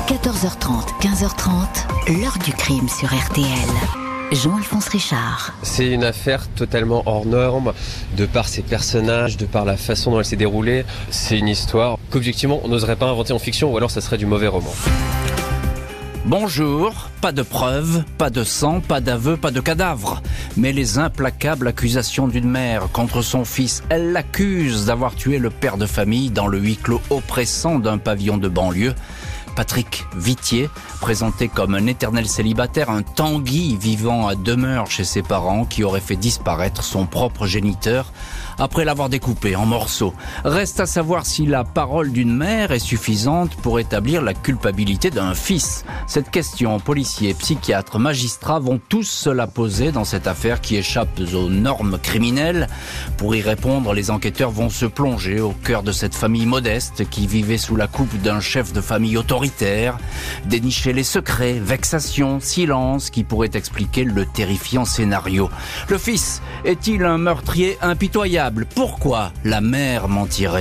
14h30, 15h30, l'heure du crime sur RTL. Jean-Alphonse Richard. C'est une affaire totalement hors norme, de par ses personnages, de par la façon dont elle s'est déroulée. C'est une histoire qu'objectivement on n'oserait pas inventer en fiction, ou alors ça serait du mauvais roman. Bonjour, pas de preuves, pas de sang, pas d'aveu, pas de cadavre. Mais les implacables accusations d'une mère contre son fils. Elle l'accuse d'avoir tué le père de famille dans le huis clos oppressant d'un pavillon de banlieue. Patrick Vittier, présenté comme un éternel célibataire, un Tanguy vivant à demeure chez ses parents qui aurait fait disparaître son propre géniteur après l'avoir découpé en morceaux. Reste à savoir si la parole d'une mère est suffisante pour établir la culpabilité d'un fils. Cette question, policiers, psychiatres, magistrats vont tous se la poser dans cette affaire qui échappe aux normes criminelles. Pour y répondre, les enquêteurs vont se plonger au cœur de cette famille modeste qui vivait sous la coupe d'un chef de famille autoritaire, dénicher les secrets, vexations, silences qui pourraient expliquer le terrifiant scénario. Le fils est-il un meurtrier impitoyable ? Pourquoi la mère mentirait-elle ?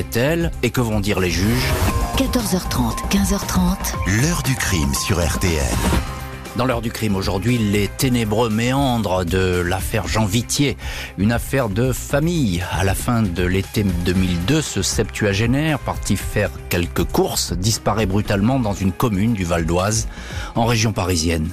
Et que vont dire les juges ? 14h30, 15h30, l'heure du crime sur RTL. Dans l'heure du crime aujourd'hui, les ténébreux méandres de l'affaire Jean Vittier, une affaire de famille. À la fin de l'été 2002, ce septuagénaire, parti faire quelques courses, disparaît brutalement dans une commune du Val d'Oise, en région parisienne.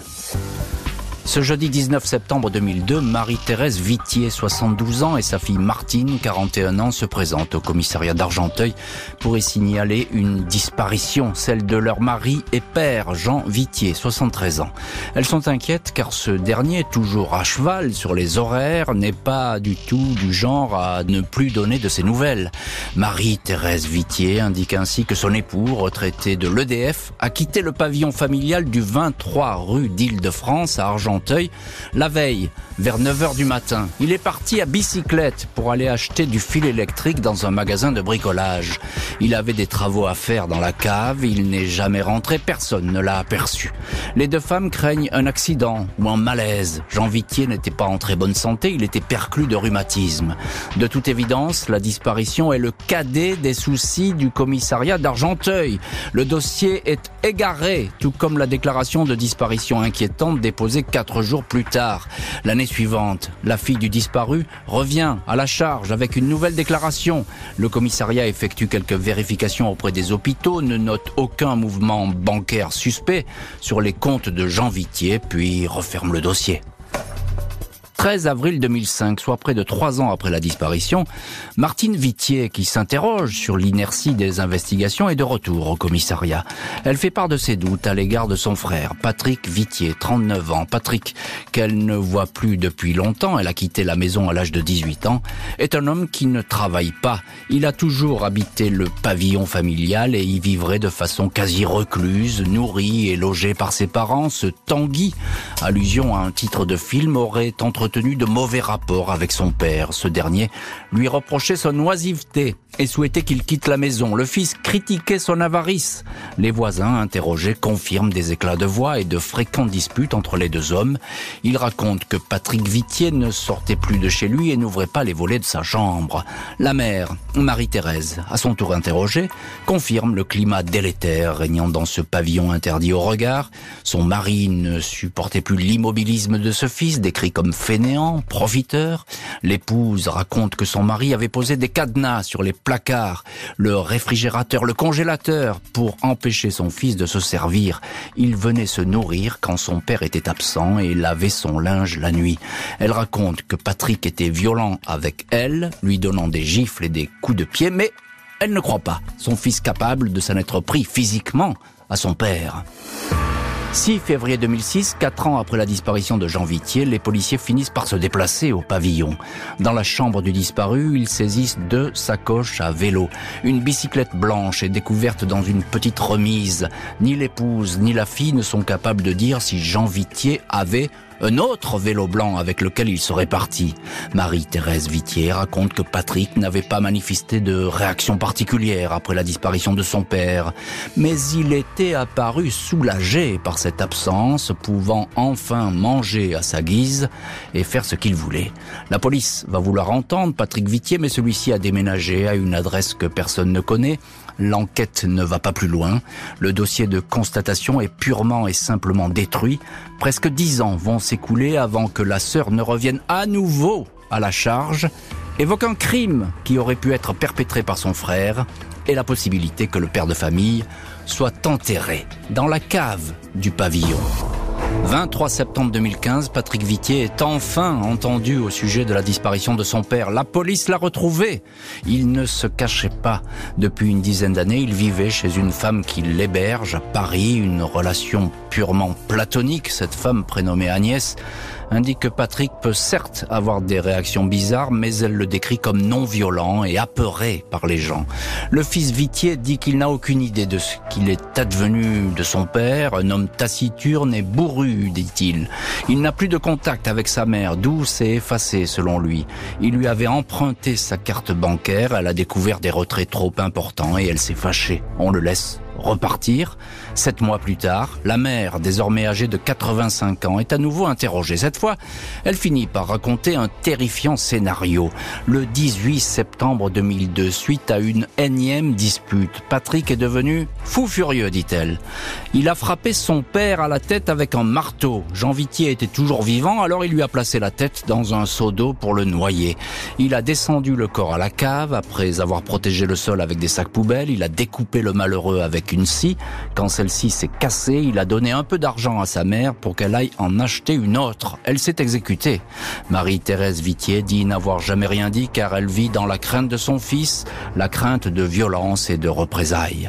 Ce jeudi 19 septembre 2002, Marie-Thérèse Vittier, 72 ans, et sa fille Martine, 41 ans, se présentent au commissariat d'Argenteuil pour y signaler une disparition, celle de leur mari et père, Jean Vittier, 73 ans. Elles sont inquiètes car ce dernier, toujours à cheval sur les horaires, n'est pas du tout du genre à ne plus donner de ses nouvelles. Marie-Thérèse Vittier indique ainsi que son époux, retraité de l'EDF, a quitté le pavillon familial du 23 rue d'Île-de-France à Argenteuil la veille, vers 9h du matin. Il est parti à bicyclette pour aller acheter du fil électrique dans un magasin de bricolage. Il avait des travaux à faire dans la cave, il n'est jamais rentré, personne ne l'a aperçu. Les deux femmes craignent un accident ou un malaise. Jean Vittier n'était pas en très bonne santé, il était perclus de rhumatisme. De toute évidence, la disparition est le cadet des soucis du commissariat d'Argenteuil. Le dossier est égaré, tout comme la déclaration de disparition inquiétante déposée 4 jours plus tard. L'année suivante, la fille du disparu revient à la charge avec une nouvelle déclaration. Le commissariat effectue quelques vérifications auprès des hôpitaux, ne note aucun mouvement bancaire suspect sur les comptes de Jean Vittier, puis referme le dossier. 13 avril 2005, soit près de 3 ans après la disparition, Martine Vittier, qui s'interroge sur l'inertie des investigations, est de retour au commissariat. Elle fait part de ses doutes à l'égard de son frère, Patrick Vittier, 39 ans. Patrick, qu'elle ne voit plus depuis longtemps, elle a quitté la maison à l'âge de 18 ans, est un homme qui ne travaille pas. Il a toujours habité le pavillon familial et y vivrait de façon quasi recluse, nourri et logé par ses parents. Ce Tanguy, allusion à un titre de film, aurait entretenu de mauvais rapports avec son père. Ce dernier lui reprochait son oisiveté et souhaitait qu'il quitte la maison. Le fils critiquait son avarice. Les voisins interrogés confirment des éclats de voix et de fréquentes disputes entre les deux hommes. Ils racontent que Patrick Vittier ne sortait plus de chez lui et n'ouvrait pas les volets de sa chambre. La mère, Marie-Thérèse, à son tour interrogée, confirme le climat délétère régnant dans ce pavillon interdit au regard. Son mari ne supportait plus l'immobilisme de ce fils, décrit comme fainéant, profiteur. L'épouse raconte que son mari avait posé des cadenas sur les placards, le réfrigérateur, le congélateur pour empêcher son fils de se servir. Il venait se nourrir quand son père était absent et lavait son linge la nuit. Elle raconte que Patrick était violent avec elle, lui donnant des gifles et des coups de pied, mais elle ne croit pas son fils capable de s'en être pris physiquement à son père. 6 février 2006, 4 ans après la disparition de Jean Vittier, les policiers finissent par se déplacer au pavillon. Dans la chambre du disparu, ils saisissent 2 sacoches à vélo. Une bicyclette blanche est découverte dans une petite remise. Ni l'épouse ni la fille ne sont capables de dire si Jean Vittier avait un autre vélo blanc avec lequel il serait parti. Marie-Thérèse Vittier raconte que Patrick n'avait pas manifesté de réaction particulière après la disparition de son père, mais il était apparu soulagé par cette absence, pouvant enfin manger à sa guise et faire ce qu'il voulait. La police va vouloir entendre Patrick Vittier, mais celui-ci a déménagé à une adresse que personne ne connaît, L'enquête ne va pas plus loin. Le dossier de constatation est purement et simplement détruit. Presque 10 ans vont s'écouler avant que la sœur ne revienne à nouveau à la charge, évoque un crime qui aurait pu être perpétré par son frère et la possibilité que le père de famille soit enterré dans la cave du pavillon. 23 septembre 2015, Patrick Vittier est enfin entendu au sujet de la disparition de son père. La police l'a retrouvé. Il ne se cachait pas. Depuis une dizaine d'années, il vivait chez une femme qui l'héberge à Paris, une relation purement platonique. Cette femme, prénommée Agnès, indique que Patrick peut certes avoir des réactions bizarres, mais elle le décrit comme non violent et apeuré par les gens. Le fils Vittier dit qu'il n'a aucune idée de ce qu'il est advenu de son père, un homme taciturne et bourru, dit-il. Il n'a plus de contact avec sa mère, douce et effacée selon lui. Il lui avait emprunté sa carte bancaire, elle a découvert des retraits trop importants et elle s'est fâchée. On le laisse repartir. 7 mois plus tard, la mère, désormais âgée de 85 ans, est à nouveau interrogée. Cette fois, elle finit par raconter un terrifiant scénario. Le 18 septembre 2002, suite à une énième dispute, Patrick est devenu fou furieux, dit-elle. Il a frappé son père à la tête avec un marteau. Jean Vittier était toujours vivant, alors il lui a placé la tête dans un seau d'eau pour le noyer. Il a descendu le corps à la cave, après avoir protégé le sol avec des sacs poubelles. Il a découpé le malheureux avec une scie. Quand celle-ci s'est cassée, il a donné un peu d'argent à sa mère pour qu'elle aille en acheter une autre. Elle s'est exécutée. Marie-Thérèse Vittier dit n'avoir jamais rien dit car elle vit dans la crainte de son fils, la crainte de violence et de représailles.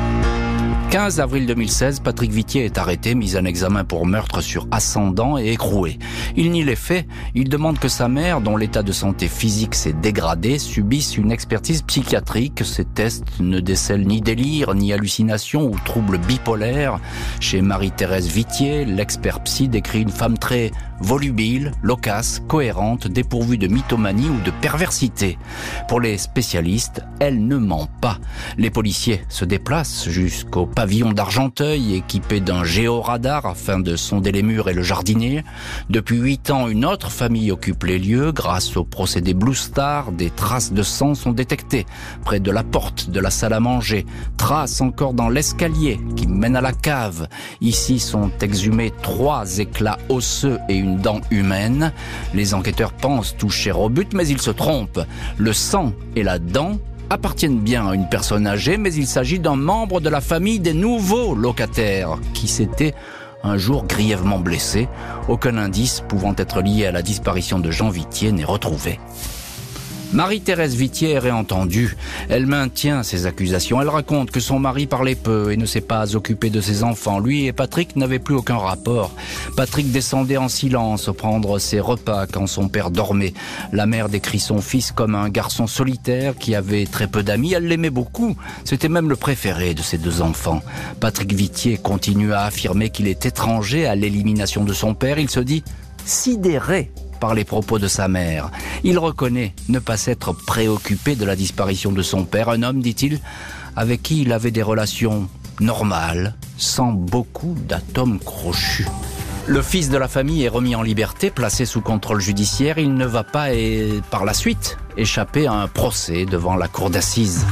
15 avril 2016, Patrick Vittier est arrêté, mis en examen pour meurtre sur ascendant et écroué. Il nie les faits. Il demande que sa mère, dont l'état de santé physique s'est dégradé, subisse une expertise psychiatrique. Ces tests ne décèlent ni délire, ni hallucination ou troubles bipolaires. Chez Marie-Thérèse Vittier, l'expert psy décrit une femme très volubile, loquace, cohérente, dépourvue de mythomanie ou de perversité. Pour les spécialistes, elle ne ment pas. Les policiers se déplacent jusqu'au pavillon d'Argenteuil, équipé d'un géoradar afin de sonder les murs et le jardinier. Depuis 8 ans, une autre famille occupe les lieux. Grâce au procédé Blue Star, des traces de sang sont détectées près de la porte de la salle à manger. Traces encore dans l'escalier qui mène à la cave. Ici sont exhumés 3 éclats osseux et une dent humaine. Les enquêteurs pensent toucher au but, mais ils se trompent. Le sang et la dent appartiennent bien à une personne âgée, mais il s'agit d'un membre de la famille des nouveaux locataires qui s'était un jour grièvement blessé. Aucun indice pouvant être lié à la disparition de Jean Vittier n'est retrouvé. Marie-Thérèse Vittier est réentendue. Elle maintient ses accusations. Elle raconte que son mari parlait peu et ne s'est pas occupé de ses enfants. Lui et Patrick n'avaient plus aucun rapport. Patrick descendait en silence prendre ses repas quand son père dormait. La mère décrit son fils comme un garçon solitaire qui avait très peu d'amis. Elle l'aimait beaucoup. C'était même le préféré de ses 2 enfants. Patrick Vittier continue à affirmer qu'il est étranger à l'élimination de son père. Il se dit sidéré par les propos de sa mère. Il reconnaît ne pas s'être préoccupé de la disparition de son père, un homme, dit-il, avec qui il avait des relations normales, sans beaucoup d'atomes crochus. Le fils de la famille est remis en liberté, placé sous contrôle judiciaire. Il ne va pas, par la suite, échapper à un procès devant la cour d'assises.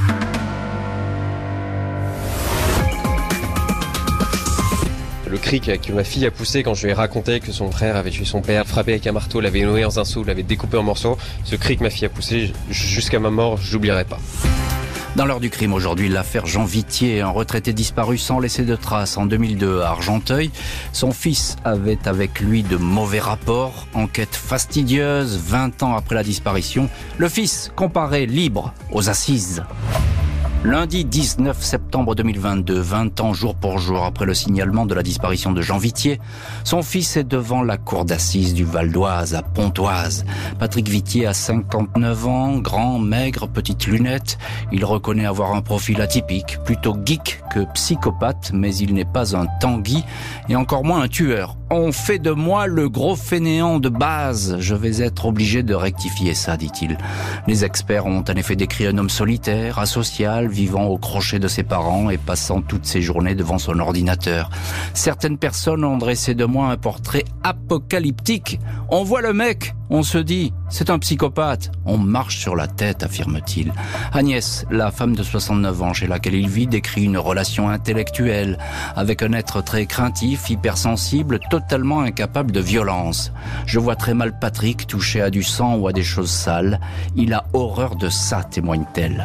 Le cri que ma fille a poussé quand je lui ai raconté que son frère avait tué son père, frappé avec un marteau, l'avait noué dans un seau, l'avait découpé en morceaux, ce cri que ma fille a poussé jusqu'à ma mort, je l'oublierai pas. Dans l'heure du crime aujourd'hui, l'affaire Jean Vittier, un retraité disparu sans laisser de traces en 2002 à Argenteuil. Son fils avait avec lui de mauvais rapports. Enquête fastidieuse, 20 ans après la disparition. Le fils comparé libre aux assises. Lundi 19 septembre 2022, 20 ans jour pour jour après le signalement de la disparition de Jean Vittier, son fils est devant la cour d'assises du Val d'Oise à Pontoise. Patrick Vittier a 59 ans, grand, maigre, petites lunettes. Il reconnaît avoir un profil atypique, plutôt geek que psychopathe, mais il n'est pas un Tanguy et encore moins un tueur. On fait de moi le gros fainéant de base. Je vais être obligé de rectifier ça, dit-il. Les experts ont en effet décrit un homme solitaire, asocial, vivant au crochet de ses parents et passant toutes ses journées devant son ordinateur. Certaines personnes ont dressé de moi un portrait apocalyptique. On voit le mec, On se dit, c'est un psychopathe. On marche sur la tête, affirme-t-il. Agnès, la femme de 69 ans chez laquelle il vit, décrit une relation intellectuelle avec un être très craintif, hypersensible, totalement incapable de violence. Je vois très mal Patrick toucher à du sang ou à des choses sales. Il a horreur de ça, témoigne-t-elle.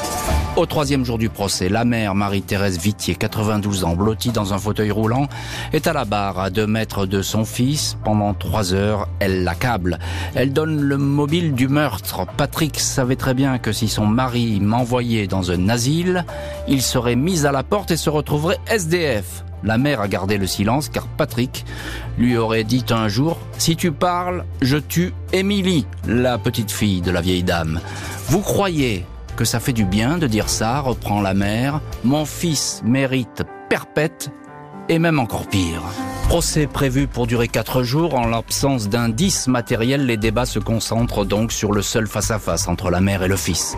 Au 3e jour du procès, la mère Marie-Thérèse Vittier, 92 ans, blottie dans un fauteuil roulant, est à la barre à 2 mètres de son fils. Pendant 3 heures, elle l'accable. Elle donne le mobile du meurtre. Patrick savait très bien que si son mari m'envoyait dans un asile, il serait mis à la porte et se retrouverait SDF. La mère a gardé le silence car Patrick lui aurait dit un jour « Si tu parles, je tue Émilie, la petite fille de la vieille dame. » Vous croyez que ça fait du bien de dire ça, reprend la mère. Mon fils mérite perpète et même encore pire. Procès prévu pour durer 4 jours. En l'absence d'indices matériels, les débats se concentrent donc sur le seul face-à-face entre la mère et le fils.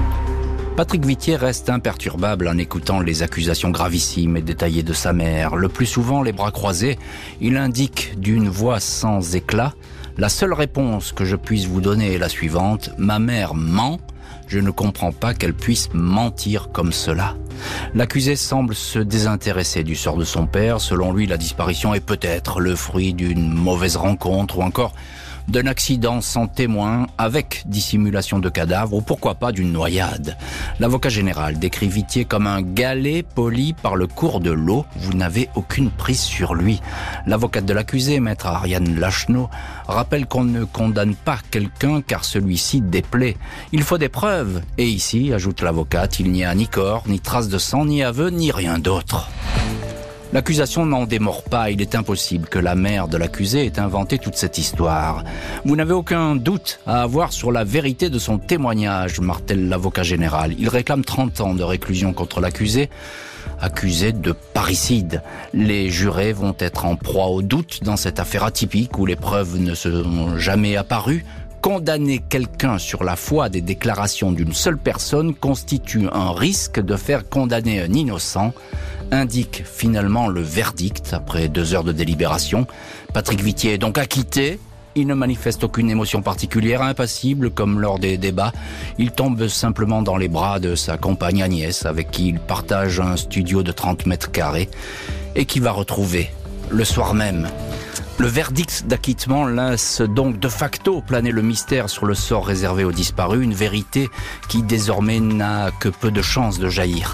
Patrick Vittier reste imperturbable en écoutant les accusations gravissimes et détaillées de sa mère. Le plus souvent, les bras croisés, il indique d'une voix sans éclat « La seule réponse que je puisse vous donner est la suivante. Ma mère ment. Je ne comprends pas qu'elle puisse mentir comme cela. » L'accusé semble se désintéresser du sort de son père. Selon lui, la disparition est peut-être le fruit d'une mauvaise rencontre ou encore d'un accident sans témoin avec dissimulation de cadavre ou pourquoi pas d'une noyade. L'avocat général décrit Vittier comme un galet poli par le cours de l'eau. Vous n'avez aucune prise sur lui. L'avocate de l'accusé, maître Ariane Lachenot, rappelle qu'on ne condamne pas quelqu'un car celui-ci déplaît. Il faut des preuves. Et ici, ajoute l'avocate, il n'y a ni corps, ni trace de sang, ni aveu, ni rien d'autre. L'accusation n'en démord pas, il est impossible que la mère de l'accusé ait inventé toute cette histoire. Vous n'avez aucun doute à avoir sur la vérité de son témoignage, martèle l'avocat général. Il réclame 30 ans de réclusion contre l'accusé, accusé de parricide. Les jurés vont être en proie au doute dans cette affaire atypique où les preuves ne sont jamais apparues. Condamner quelqu'un sur la foi des déclarations d'une seule personne constitue un risque de faire condamner un innocent, indique finalement le verdict après 2 heures de délibération. Patrick Vittier est donc acquitté. Il ne manifeste aucune émotion particulière, impassible comme lors des débats. Il tombe simplement dans les bras de sa compagne Agnès, avec qui il partage un studio de 30 mètres carrés et qui va retrouver le soir même. Le verdict d'acquittement laisse donc de facto planer le mystère sur le sort réservé aux disparus, une vérité qui désormais n'a que peu de chances de jaillir.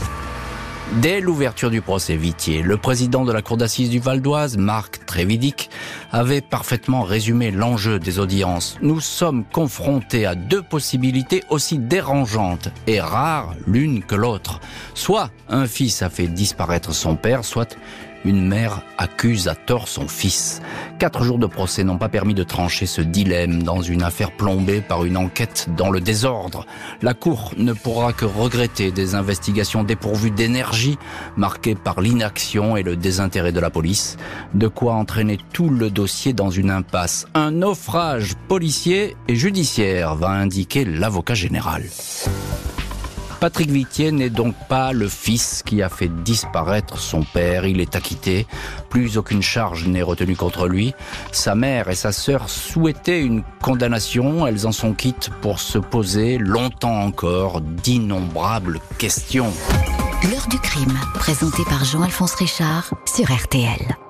Dès l'ouverture du procès Vittier, le président de la cour d'assises du Val d'Oise, Marc Trévidic, avait parfaitement résumé l'enjeu des audiences. Nous sommes confrontés à 2 possibilités aussi dérangeantes et rares l'une que l'autre. Soit un fils a fait disparaître son père, soit une mère accuse à tort son fils. 4 jours de procès n'ont pas permis de trancher ce dilemme dans une affaire plombée par une enquête dans le désordre. La Cour ne pourra que regretter des investigations dépourvues d'énergie, marquées par l'inaction et le désintérêt de la police. De quoi entraîner tout le dossier dans une impasse. Un naufrage policier et judiciaire, va indiquer l'avocat général. Patrick Vittier n'est donc pas le fils qui a fait disparaître son père. Il est acquitté. Plus aucune charge n'est retenue contre lui. Sa mère et sa sœur souhaitaient une condamnation. Elles en sont quittes pour se poser longtemps encore d'innombrables questions. L'heure du crime, présenté par Jean-Alphonse Richard sur RTL.